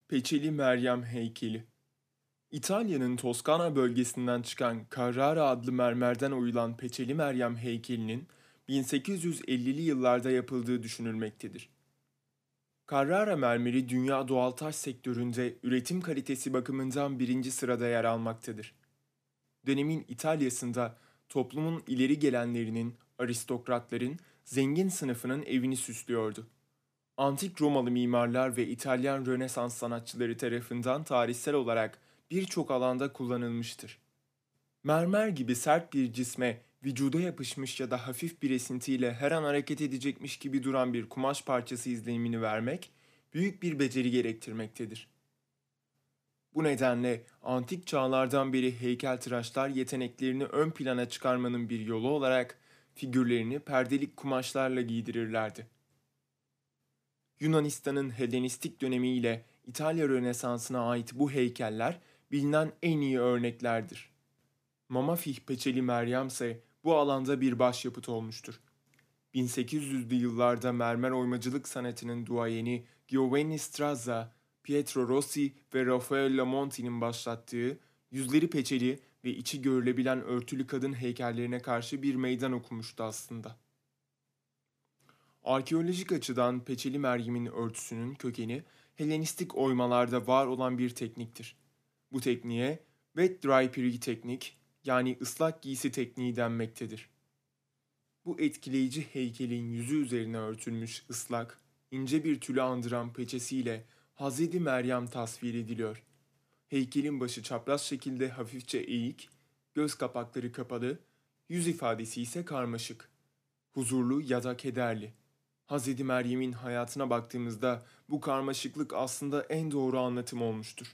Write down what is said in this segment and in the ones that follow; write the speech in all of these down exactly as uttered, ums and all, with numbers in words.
Peçeli Meryem heykeli. İtalya'nın Toskana bölgesinden çıkan Carrara adlı mermerden oyulan Peçeli Meryem heykelinin bin sekiz yüz ellili yıllarda yapıldığı düşünülmektedir. Carrara mermeri dünya doğal taş sektöründe üretim kalitesi bakımından birinci sırada yer almaktadır. Dönemin İtalya'sında toplumun ileri gelenlerinin, aristokratların, zengin sınıfının evini süslüyordu. Antik Romalı mimarlar ve İtalyan Rönesans sanatçıları tarafından tarihsel olarak birçok alanda kullanılmıştır. Mermer gibi sert bir cisme vücuda yapışmış ya da hafif bir esintiyle her an hareket edecekmiş gibi duran bir kumaş parçası izlenimini vermek büyük bir beceri gerektirmektedir. Bu nedenle antik çağlardan beri heykeltıraşlar yeteneklerini ön plana çıkarmanın bir yolu olarak figürlerini perdelik kumaşlarla giydirirlerdi. Yunanistan'ın Helenistik dönemi ile İtalya Rönesansı'na ait bu heykeller bilinen en iyi örneklerdir. Mamafih Peçeli Meryem ise bu alanda bir başyapıt olmuştur. bin sekiz yüzlü yıllarda mermer oymacılık sanatının duayeni Giovanni Strazza, Pietro Rossi ve Raffaello Monti'nin başlattığı yüzleri peçeli ve içi görülebilen örtülü kadın heykellerine karşı bir meydan okumuştu aslında. Arkeolojik açıdan Peçeli Meryem'in örtüsünün kökeni Helenistik oymalarda var olan bir tekniktir. Bu tekniğe wet drapery teknik yani ıslak giysi tekniği denmektedir. Bu etkileyici heykelin yüzü üzerine örtülmüş ıslak, ince bir tülü andıran peçesiyle Hazreti Meryem tasvir ediliyor. Heykelin başı çapraz şekilde hafifçe eğik, göz kapakları kapalı, yüz ifadesi ise karmaşık, huzurlu ya da kederli. Hazreti Meryem'in hayatına baktığımızda bu karmaşıklık aslında en doğru anlatım olmuştur.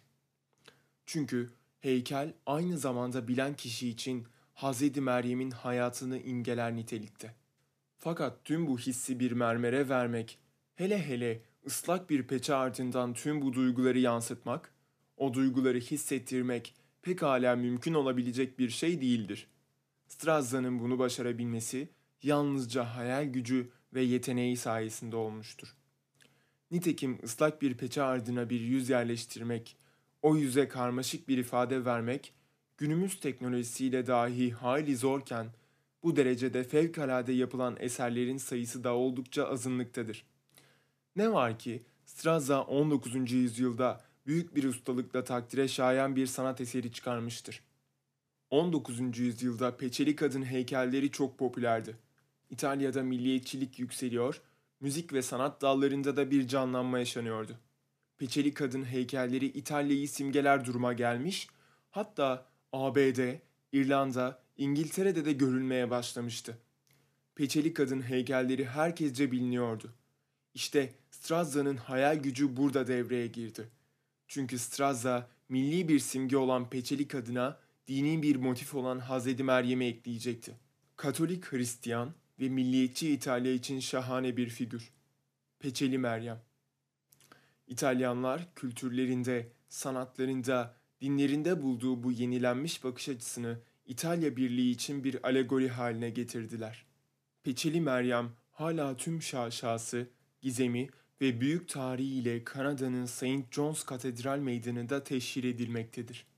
Çünkü heykel aynı zamanda bilen kişi için Hazreti Meryem'in hayatını imgeler nitelikte. Fakat tüm bu hissi bir mermere vermek, hele hele ıslak bir peçe ardından tüm bu duyguları yansıtmak, o duyguları hissettirmek pekala mümkün olabilecek bir şey değildir. Strazza'nın bunu başarabilmesi yalnızca hayal gücü ve yeteneği sayesinde olmuştur. Nitekim ıslak bir peçe ardına bir yüz yerleştirmek, o yüze karmaşık bir ifade vermek, günümüz teknolojisiyle dahi hayli zorken, bu derecede fevkalade yapılan eserlerin sayısı da oldukça azınlıktadır. Ne var ki Strazza on dokuzuncu yüzyılda büyük bir ustalıkla takdire şayan bir sanat eseri çıkarmıştır. on dokuzuncu yüzyılda peçeli kadın heykelleri çok popülerdi. İtalya'da milliyetçilik yükseliyor, müzik ve sanat dallarında da bir canlanma yaşanıyordu. Peçeli kadın heykelleri İtalya'yı simgeler duruma gelmiş, hatta A B D, İrlanda, İngiltere'de de görülmeye başlamıştı. Peçeli kadın heykelleri herkesce biliniyordu. İşte Strazza'nın hayal gücü burada devreye girdi. Çünkü Strazza, milli bir simge olan peçeli kadına dini bir motif olan Hazreti Meryem'i ekleyecekti. Katolik Hristiyan ve milliyetçi İtalya için şahane bir figür. Peçeli Meryem. İtalyanlar kültürlerinde, sanatlarında, dinlerinde bulduğu bu yenilenmiş bakış açısını İtalya Birliği için bir alegori haline getirdiler. Peçeli Meryem hala tüm şaşası, gizemi ve büyük tarihiyle Kanada'nın Saint John's Katedral Meydanı'nda teşhir edilmektedir.